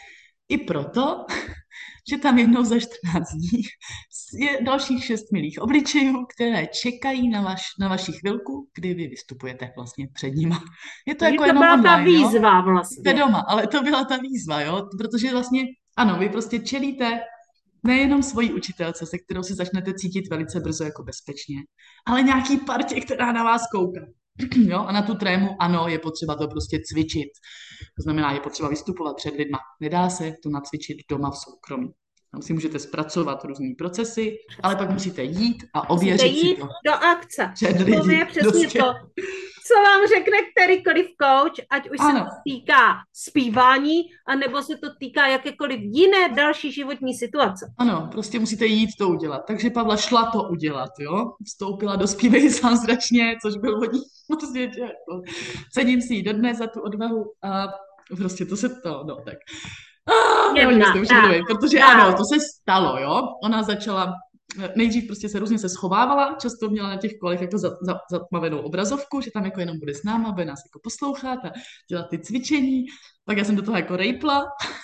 i proto, že tam jednou za čtrnáct dní je dalších šest milých obličejů, které čekají na, vaš, na vaši chvilku, kdy vy vystupujete vlastně před nima. Je to, jako to byla online, ta výzva jo? vlastně. Jste doma, ale to byla ta výzva, jo? Protože vlastně, ano, vy prostě čelíte nejenom svojí učitelce, se kterou si začnete cítit velice brzo jako bezpečně, ale nějaký partě, která na vás kouká. Jo? A na tu trému, ano, je potřeba to prostě cvičit. To znamená, je potřeba vystupovat před lidma. Nedá se to nacvičit doma v soukromí. Tam si můžete zpracovat různé procesy, ale pak musíte jít a ověřit musíte jít si to. do akce. Před lidi. To je přesně Prostě. to, co vám řekne kterýkoliv coach, ať už ano. se to týká zpívání, anebo se to týká jakékoliv jiné další životní situace. Ano, prostě musíte jít to udělat. Takže Pavla šla to udělat, jo. Vstoupila do Zpívej sám zračně, což byl hodně prostě, jako, cením si ji dodnes za tu odvahu a prostě to se to, no tak. Ah, nevím, jestli už mluvím, protože ano, to se stalo, jo. Ona začala, nejdřív prostě se různě se schovávala, často měla na těch kolech jako za, za, zatmavenou obrazovku, že tam jako jenom bude s náma, bude nás jako poslouchat a dělat ty cvičení. Pak já jsem do toho jako rejpla,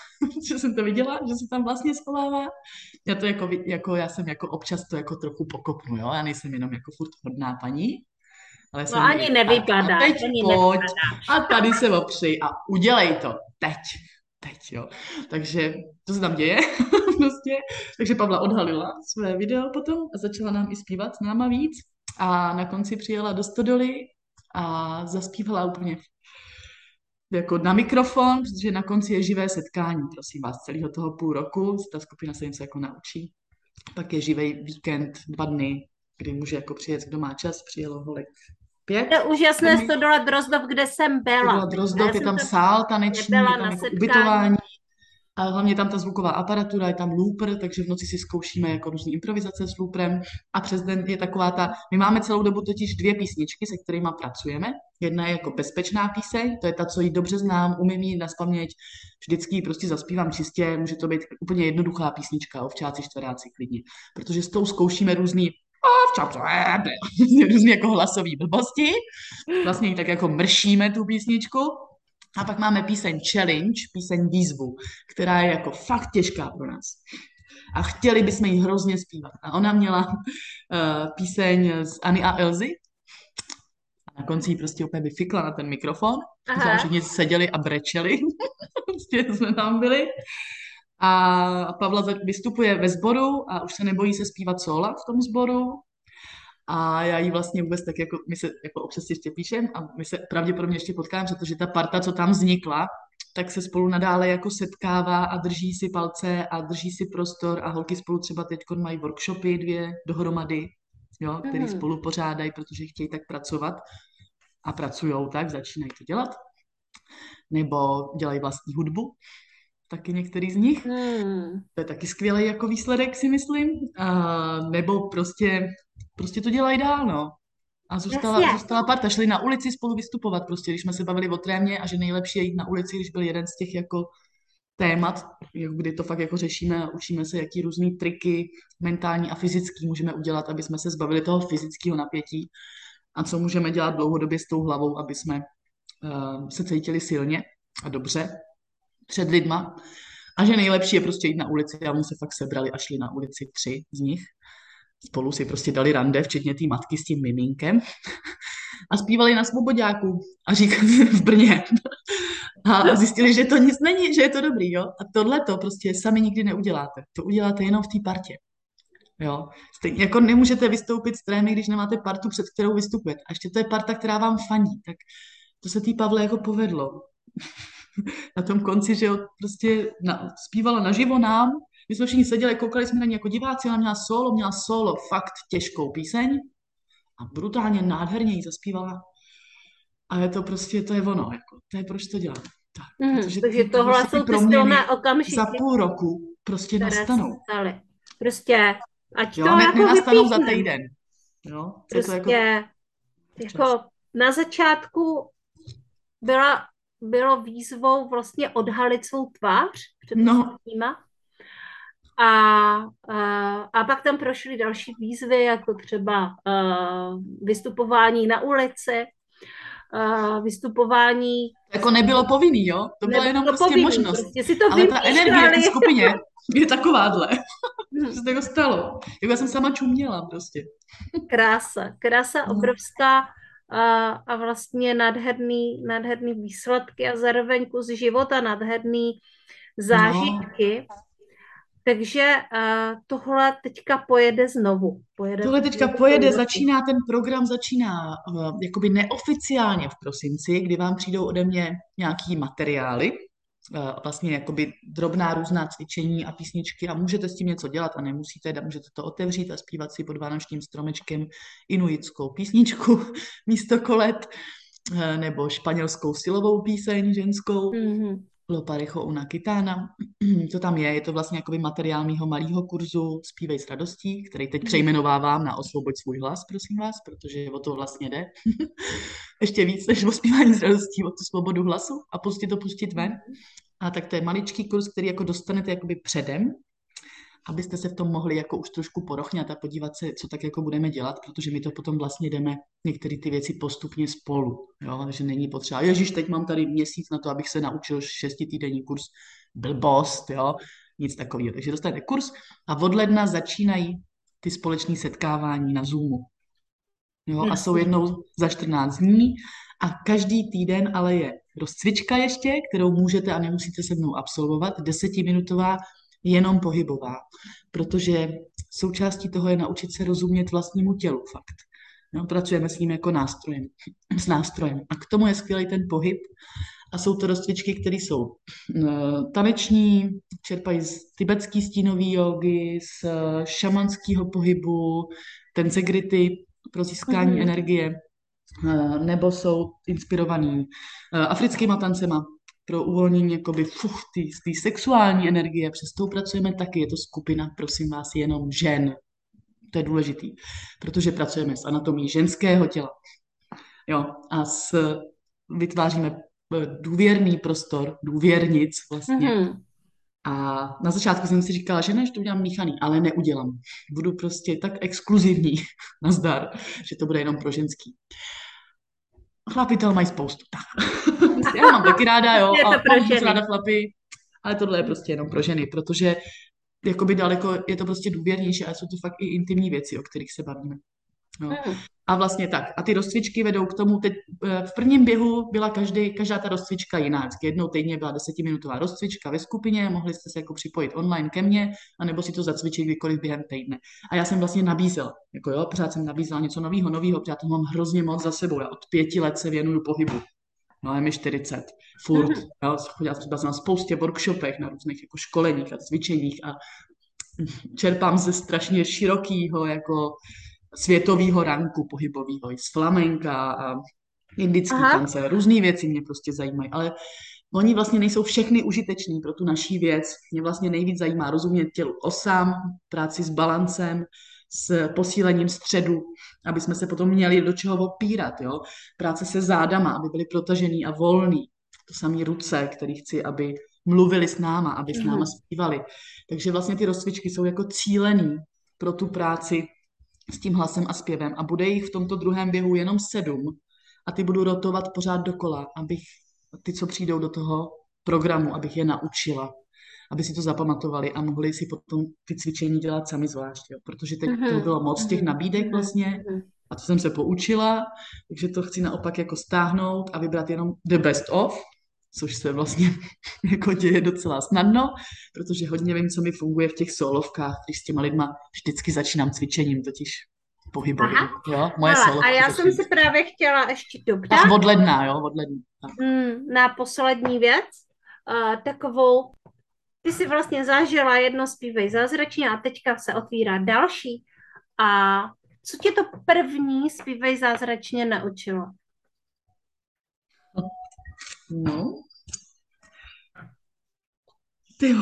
že jsem to viděla, že se tam vlastně schovává. Já to jako, jako, já jsem jako občas to jako trochu pokopnu, jo. Já nejsem jenom jako furt hodná paní. Ale no ani nevypadá. A teď ani pojď nevypadá. a tady se opři a udělej to teď. Teď, jo. Takže to se tam děje. prostě. Takže Pavla odhalila své video potom a začala nám i zpívat s náma víc. A na konci přijela do stodoly a zaspívala úplně jako na mikrofon, protože na konci je živé setkání, prosím vás, celého toho půl roku, ta skupina se jim se jako naučí. Pak je živý víkend, dva dny, kdy může jako přijet, kdo má čas, přijelo holek pět. To je úžasné Stodola Drozdov, kde jsem byla. Stodola Drozdov, je tam sál taneční, je tam jako ubytování. A hlavně je tam ta zvuková aparatura, je tam looper, takže v noci si zkoušíme jako různý improvizace s looperem a přes den je taková ta, my máme celou dobu totiž dvě písničky, se kterými pracujeme. Jedna je jako bezpečná píseň, to je ta, co ji dobře znám, umím ji nazpaměť, vždycky ji prostě zaspívám čistě, může to být úplně jednoduchá písnička, ovčáci, čtveráci, klidně, protože s tou zkoušíme různý různý jako hlasový blbosti, vlastně ji tak jako mršíme tu písničku. A pak máme píseň Challenge, píseň výzvu, která je jako fakt těžká pro nás. A chtěli bychom ji hrozně zpívat. A ona měla uh, píseň z Anny a Elzy. A na konci ji prostě úplně vyfikla na ten mikrofon. A všichni seděli a brečeli. Prostě jsme tam byli. A Pavla vystupuje ve sboru a už se nebojí se zpívat sóla v tom sboru. A já jí vlastně vůbec tak jako, my se jako občas ještě píšem a my se pravděpodobně ještě potkáme, protože ta parta, co tam vznikla, tak se spolu nadále jako setkává a drží si palce a drží si prostor a holky spolu třeba teď mají workshopy dvě dohromady, jo, který mm. spolu pořádají, protože chtějí tak pracovat a pracujou tak, začínají to dělat. Nebo dělají vlastní hudbu, taky některý z nich. Mm. To je taky skvělý jako výsledek, si myslím. A, nebo prostě Prostě to dělají dál, no. A zůstala, zůstala parta. Šli na ulici spolu vystupovat, prostě, když jsme se bavili o trémě a že nejlepší je jít na ulici, když byl jeden z těch jako témat, kdy to fakt jako řešíme a učíme se, jaký různý triky mentální a fyzický můžeme udělat, aby jsme se zbavili toho fyzického napětí a co můžeme dělat dlouhodobě s tou hlavou, aby jsme uh, se cítili silně a dobře před lidma. A že nejlepší je prostě jít na ulici a oni se fakt sebrali a šli na ulici tři z nich. Spolu si prostě dali rande, včetně té matky s tím miminkem a zpívali na Svoboďáku a říkali v Brně. A zjistili, že to nic není, že je to dobrý, jo. A tohle to prostě sami nikdy neuděláte. To uděláte jenom v té partě. Jo. Stejně jako nemůžete vystoupit z trémy, když nemáte partu, před kterou vystupujete. A ještě to je parta, která vám fandí. Tak to se tý Pavle jako povedlo. Na tom konci, že jo, prostě na, zpívala naživo nám. My jsme všichni seděli, koukali jsme na ní jako diváci, ona měla solo, měla solo fakt těžkou píseň a brutálně nádherně ji zaspívala. A je to prostě, to je ono, jako, to je proč to dělám. Tak, mm, takže tohle jsou ty silné okamžiky, za půl roku prostě nastanou. Staly. Prostě, ať jo, to ne, jako nenastanou vypíchne. za týden. Jo, prostě, to jako, jako na začátku byla, bylo výzvou vlastně odhalit svou tvář před no. ostatníma. A, a, a pak tam prošly další výzvy, jako třeba uh, vystupování na ulici, uh, vystupování... Jako nebylo povinný, jo? To byla jenom prostě povinný, možnost. Prostě si to ale ta energie v té skupině je takováhle. Co se toho stalo? Jako já jsem sama čuměla prostě. Krása, krása obrovská a, a vlastně nádherný, nádherný výsledky a zároveň kus života, nádherný zážitky. No. Takže uh, tohle teďka pojede znovu. Pojede tohle teďka pojede, začíná, ten program začíná uh, jakoby neoficiálně v prosinci, kdy vám přijdou ode mě nějaký materiály, uh, vlastně jakoby drobná různá cvičení a písničky a můžete s tím něco dělat a nemusíte, můžete to otevřít a zpívat si pod vánočním stromečkem inuitskou písničku místo kolet, uh, nebo španělskou silovou píseň ženskou. Mm-hmm. Lo parejo una kitana. To tam je, je to vlastně jakoby materiál mýho malého kurzu Zpívej s radostí, který teď přejmenovávám na Osvoboď svůj hlas, prosím vás, protože o to vlastně jde. Ještě víc než o zpívání s radostí, o tu svobodu hlasu a pustit to pustit ven. A tak to je maličký kurz, který jako dostanete jakoby předem, abyste se v tom mohli jako už trošku porochňat a podívat se, co tak jako budeme dělat, protože my to potom vlastně jdeme některé ty věci postupně spolu, jo, takže není potřeba, ježiš, teď mám tady měsíc na to, abych se naučil šestitýdenní kurz, blbost, jo, nic takového, takže dostanete kurz a od ledna začínají ty společné setkávání na Zoomu, jo, a jsou jednou za čtrnáct dní a každý týden ale je rozcvička ještě, kterou můžete a nemusíte se mnou absolvovat, desetiminutová, jenom pohybová, protože součástí toho je naučit se rozumět vlastnímu tělu fakt. No, pracujeme s ním jako nástrojem, s nástrojem. A k tomu je skvělý ten pohyb A jsou to rozcvičky, které jsou uh, taneční, čerpají z tibetský stínové jógy, z uh, šamanského pohybu, tensegrity pro získání Mhm. energie, uh, nebo jsou inspirovaný uh, africkýma tancema pro uvolnění jakoby, fuh, ty, ty sexuální energie. Přes tou pracujeme taky, je to skupina, prosím vás, jenom žen. To je důležitý, protože pracujeme s anatomií ženského těla. Jo, a s, vytváříme důvěrný prostor, důvěrnic vlastně. Mhm. A na začátku jsem si říkala, že ne, že to udělám míchaný, ale neudělám. Budu prostě tak exkluzivní, nazdar, že to bude jenom pro ženský. Chlapi toho mají spoustu. Já mám taky ráda, jo, Je to a pro mám moc ženy. ráda chlapy, ale tohle je prostě jenom pro ženy, protože jakoby daleko je to prostě důvěrnější a jsou to fakt i intimní věci, o kterých se bavíme. No. Mhm. A vlastně tak. A ty rozcvičky vedou k tomu, teď v prvním běhu byla každý, každá ta rozcvička jiná. Vždycky jednou týdně byla desetiminutová rozcvička ve skupině, mohli jste se jako připojit online ke mně, anebo si to zacvičit kdykoliv během týdne. A já jsem vlastně nabízela, jako jo, pořád jsem nabízela něco nového, nového, protože já to mám hrozně moc za sebou. Já od pěti let se věnuju pohybu. No, je mi čtyřicet. Furt. Mhm. Jo, chodila třeba jsem na spoustě workshopech, na různých jako školeních a cvičeních a čerpám ze strašně širokého jako světového ranku pohybového, z flamenka a indický Aha. tance, různé věci mě prostě zajímají, ale oni vlastně nejsou všechny užiteční pro tu naší věc. Mě vlastně nejvíc zajímá rozumět tělu osám, práci s balancem, s posílením středu, aby jsme se potom měli do čeho opírat, jo. Práce se zádama, aby byly protažený a volný. To samé ruce, který chci, aby mluvili s náma, aby s náma Mhm. zpívali. Takže vlastně ty rozcvičky jsou jako cílený pro tu práci s tím hlasem a zpěvem a bude jich v tomto druhém běhu jenom sedm a ty budu rotovat pořád dokola, abych ty, co přijdou do toho programu, abych je naučila, aby si to zapamatovali a mohli si potom ty cvičení dělat sami zvlášť, jo. Protože teď toho Mhm. bylo moc těch Mhm. nabídek Mhm. vlastně Mhm. a to jsem se poučila, takže to chci naopak jako stáhnout a vybrat jenom the best of, což se vlastně jako děje docela snadno, protože hodně vím, co mi funguje v těch solovkách, když s těma lidma vždycky začínám cvičením, totiž pohybovým, Aha. jo, moje Hele, a solovky já jsem začínají. se právě chtěla ještě doptat Tak od ledna, jo, od ledna. Tak. mm, na poslední věc, uh, takovou, ty jsi vlastně zažila jedno Zpívej zázračně a teďka se otvírá další. A co tě to první Zpívej zázračně naučilo? No, tyjo.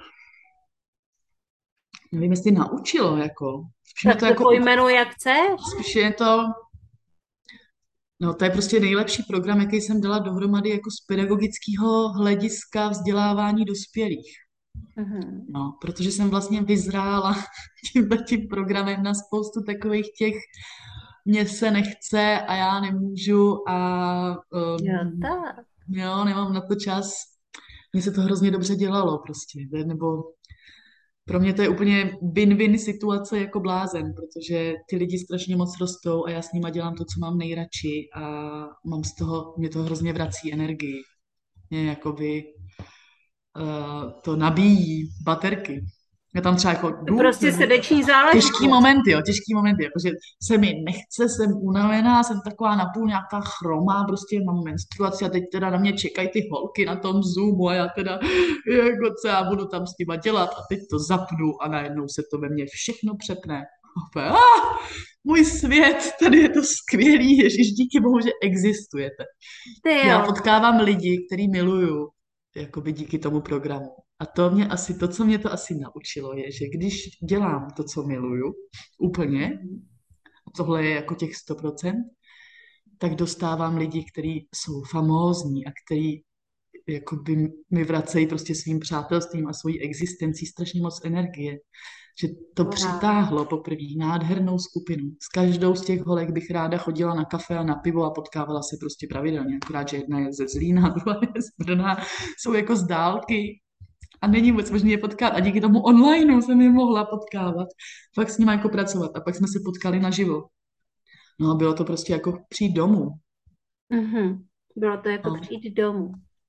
Nevím, jestli naučilo, jako. Spíš mě Tak to to jako, pojmenuj, jak chceš. spíš je to, no to je prostě nejlepší program, jaký jsem dala dohromady jako z pedagogického hlediska vzdělávání dospělých. Mhm. No, protože jsem vlastně vyzrála tímhle tím programem na spoustu takových těch mně se nechce a já nemůžu a Jo, um, tak. jo, nemám na to čas. Mně se to hrozně dobře dělalo prostě, nebo pro mě to je úplně win-win situace jako blázen, protože ty lidi strašně moc rostou a já s nima dělám to, co mám nejradši a mám z toho, mě to hrozně vrací energii. Mě jakoby uh, to nabíjí baterky. Já tam třeba jako jdu, Prostě srdeční záležitost. těžký momenty, jo, těžký momenty, jakože se mi nechce, jsem unavená, jsem taková napůl nějaká chromá, prostě mám menstruaci a teď teda na mě čekají ty holky na tom Zoomu a já teda, jako co já budu tam s nima dělat a teď to zapnu a najednou se to ve mně všechno přepne. Opět, ah, můj svět, tady je to skvělý, ježiš, díky bohu, že existujete. Ty jo. Já potkávám lidi, který miluju, jakoby díky tomu programu. A to mě asi, to, co mě to asi naučilo, je, že když dělám to, co miluju, úplně, tohle je jako těch sto procent, tak dostávám lidi, kteří jsou famózní a kteří jakoby mi vracejí prostě svým přátelstvím a svojí existencí strašně moc energie. Že to Wow. přitáhlo poprvé nádhernou skupinu. S každou z těch holek bych ráda chodila na kafe a na pivo a potkávala se prostě pravidelně. Akorát, že jedna je ze Zlína, druhá je z Brna. Jsou jako z dálky a není vůbec možné je potkat. A díky tomu online jsem je mohla potkávat. Fakt s nimi jako pracovat. A pak jsme se potkali naživo. No a bylo to prostě jako přijít domů. Mhm. Bylo to jako No. přijít domů.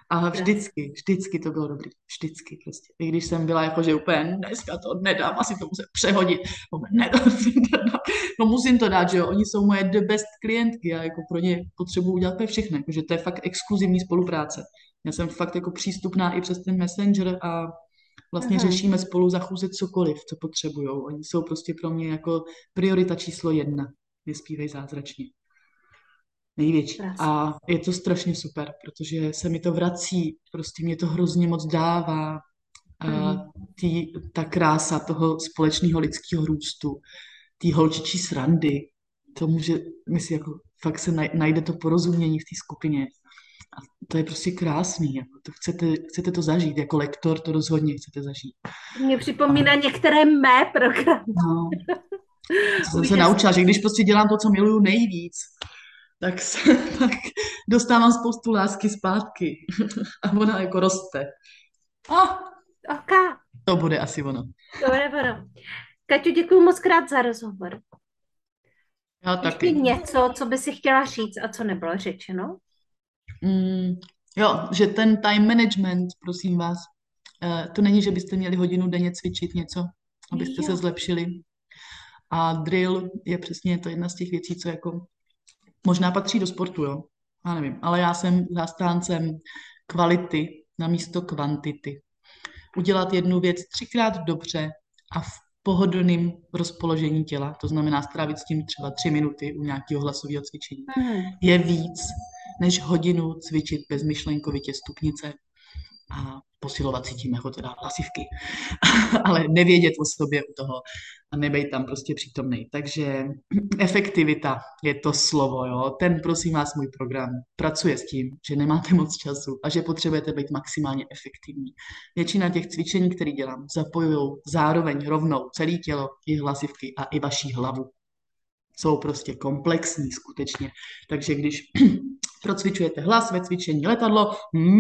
A Krásný. vždycky, vždycky to bylo dobrý. Vždycky prostě. I když jsem byla jako, že úplně dneska to nedám, asi to musím přehodit. Ne, no musím to dát, že jo. Oni jsou moje the best klientky a jako pro ně potřebuji udělat úplně všechno. Jakože to je fakt exkluzivní spolupráce. Já jsem fakt jako přístupná i přes ten Messenger a vlastně Mhm. řešíme spolu za chůze cokoliv, co potřebujou. Oni jsou prostě pro mě jako priorita číslo jedna. Nespívej zázračně. Největší. Krásný. A je to strašně super, protože se mi to vrací, prostě mě to hrozně moc dává. A Mhm. tý, ta krása toho společného lidského růstu, té holčičí srandy, to může, myslím, jako fakt se naj- najde to porozumění v té skupině. A to je prostě krásný, jako to chcete, chcete to zažít, jako lektor to rozhodně chcete zažít. To mě připomíná některé mé programy. No, to jsem se Úžasný. naučila, že když prostě dělám to, co miluju nejvíc, tak, se, tak dostávám spoustu lásky zpátky a ona jako roste. A Ok, to bude asi ono. dobré, dobré. Kaťo, děkuji moc krát za rozhovor. Já Ještě taky. něco, co by si chtěla říct a co nebylo řečeno? Mm, jo, že ten time management, prosím vás, eh, to není, že byste měli hodinu denně cvičit něco, abyste se Jo. zlepšili. A drill je přesně to jedna z těch věcí, co jako možná patří do sportu, jo. Já nevím, ale já jsem zastáncem kvality na místo kvantity. Udělat jednu věc třikrát dobře a v pohodlném rozpoložení těla, to znamená strávit s tím třeba tři minuty u nějakého hlasového cvičení, Mhm. je víc, než hodinu cvičit bezmyšlenkovitě stupnice a posilovat si tím jako teda hlasivky, ale nevědět o sobě u toho a nebejt tam prostě přítomnej. Takže efektivita je to slovo, jo. Ten, prosím vás, můj program pracuje s tím, že nemáte moc času a že potřebujete být maximálně efektivní. Většina těch cvičení, které dělám, zapojují zároveň rovnou celé tělo, i hlasivky a i vaší hlavu. Jsou prostě komplexní skutečně. Takže když procvičujete hlas ve cvičení letadlo,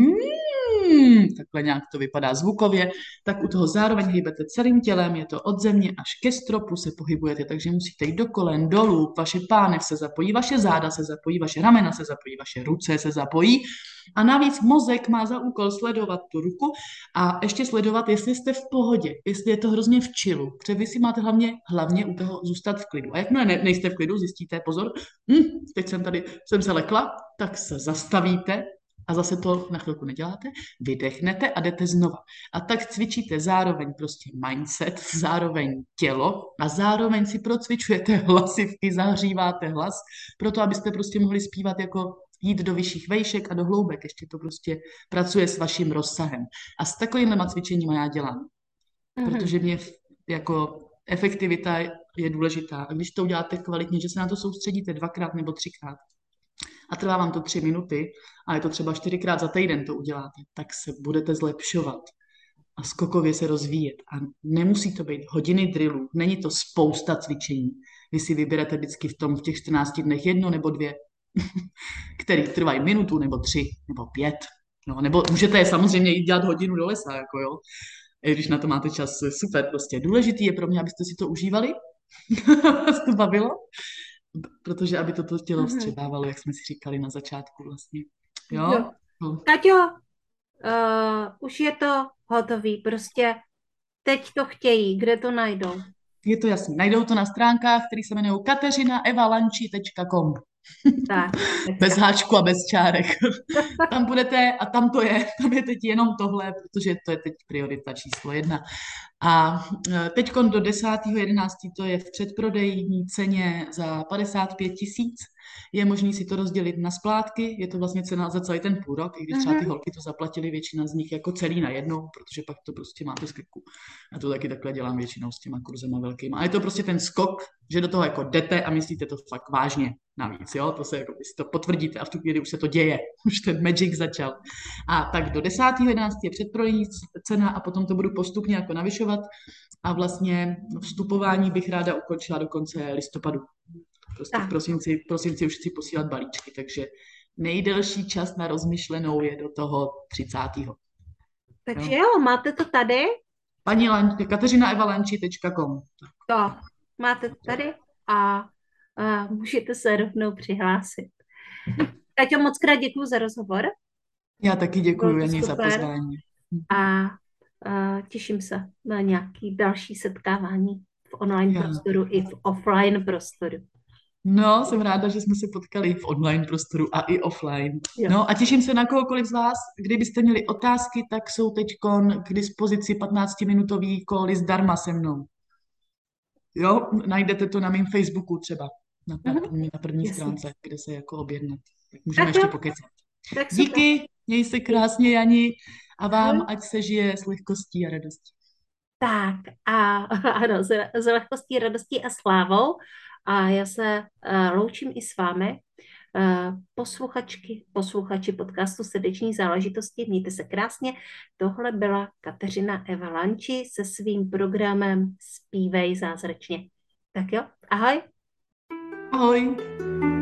mm, takhle nějak to vypadá zvukově, tak u toho zároveň hýbete celým tělem, je to od země až ke stropu se pohybujete, takže musíte jít do kolen, dolů, vaše pánev se zapojí, vaše záda se zapojí, vaše ramena se zapojí, vaše ruce se zapojí a navíc mozek má za úkol sledovat tu ruku a ještě sledovat, jestli jste v pohodě, jestli je to hrozně v chillu, protože vy si máte hlavně, hlavně u toho zůstat v klidu. A jakmile ne, nejste v klidu, zjistíte, pozor, hm, teď jsem tady, jsem se lekla, tak se zastavíte a zase to na chvilku neděláte, vydechnete a jdete znova. A tak cvičíte zároveň prostě mindset, zároveň tělo a zároveň si procvičujete hlasivky, zahříváte hlas, proto abyste prostě mohli zpívat jako jít do vyšších vejšek a do hloubek. Ještě to prostě pracuje s vaším rozsahem. A s takovýmhle cvičeníma já dělám, Mhm. protože mě jako efektivita je důležitá. A když to uděláte kvalitně, že se na to soustředíte dvakrát nebo třikrát, a trvá vám to tři minuty a je to třeba čtyřikrát za týden to uděláte, tak se budete zlepšovat a skokově se rozvíjet. A nemusí to být hodiny drillů, není to spousta cvičení. Vy si vyberete vždycky v tom v těch čtrnácti dnech jedno nebo dvě, který trvají minutu nebo tři nebo pět. No, nebo můžete je samozřejmě jít dělat hodinu do lesa, jako jo. I když na to máte čas, super, prostě. Důležitý je pro mě, abyste si to užívali, vás to bavilo, protože aby toto tělo Mhm. vstřebávalo, jak jsme si říkali na začátku vlastně. Jo? Jo. No. Kaťo, uh, už je to hotový, prostě teď to chtějí, kde to najdou? Je to jasný. Najdou to na stránkách, které se jmenují kateřina eva lanči tečka com. Tak, Bez tak. háčku a bez čárek. Tam budete a tam to je. Tam je teď jenom tohle, protože to je teď priorita číslo jedna. A teď do desátého jedenáctého to je v předprodejní ceně za padesát pět tisíc. Je možný si to rozdělit na splátky, je to vlastně cena za celý ten půl rok, i když třeba ty Mhm. holky to zaplatili většina z nich jako celý na jednou, protože pak to prostě máte z kliku. Já to taky takhle dělám většinou s těma kurzema velkýma. A je to prostě ten skok, že do toho jako jdete a myslíte to fakt vážně navíc, jo? To se jako, vy si to potvrdíte a v tu chvíli už se to děje, už ten magic začal. A tak do desátého jedenáctého je předprodejní cena a potom to budu postupně jako navyšovat a vlastně vstupování bych ráda ukončila do konce listopadu. Prostě v Tak. prosinci, v prosinci už chci posílat balíčky, takže nejdelší čas na rozmyšlenou je do toho třicátého Takže Jo. jo, máte to tady? Paní Lan, kateřina eva lanči tečka com. To máte to tady a, a můžete se rovnou přihlásit. Kaťo, moc krát děkuji za rozhovor. Já taky Bylo děkuji, to Jani, za super pozvání. a, a těším se na nějaký další setkávání v online Já. prostoru i v offline prostoru. No, jsem ráda, že jsme se potkali v online prostoru a i offline. Jo. No a těším se na kohokoliv z vás. Kdybyste měli otázky, tak jsou teď k dispozici patnáctiminutový koly zdarma se mnou. Jo, najdete to na mém Facebooku třeba, na Mhm. první, na první Jasně. stránce, kde se jako objednat. Tak můžeme Tak ještě jo, pokecat. tak super. Díky, měj se krásně, Jani, a vám, Ahoj. ať se žije s lehkostí a radostí. Tak a ano, s, s lehkostí, radostí a slávou. A já se uh, loučím i s vámi, uh, posluchačky, posluchači podcastu Srdeční záležitosti. Mějte se krásně. Tohle byla Kateřina Eva Lanči se svým programem Zpívej zázračně. Tak jo, ahoj. Ahoj.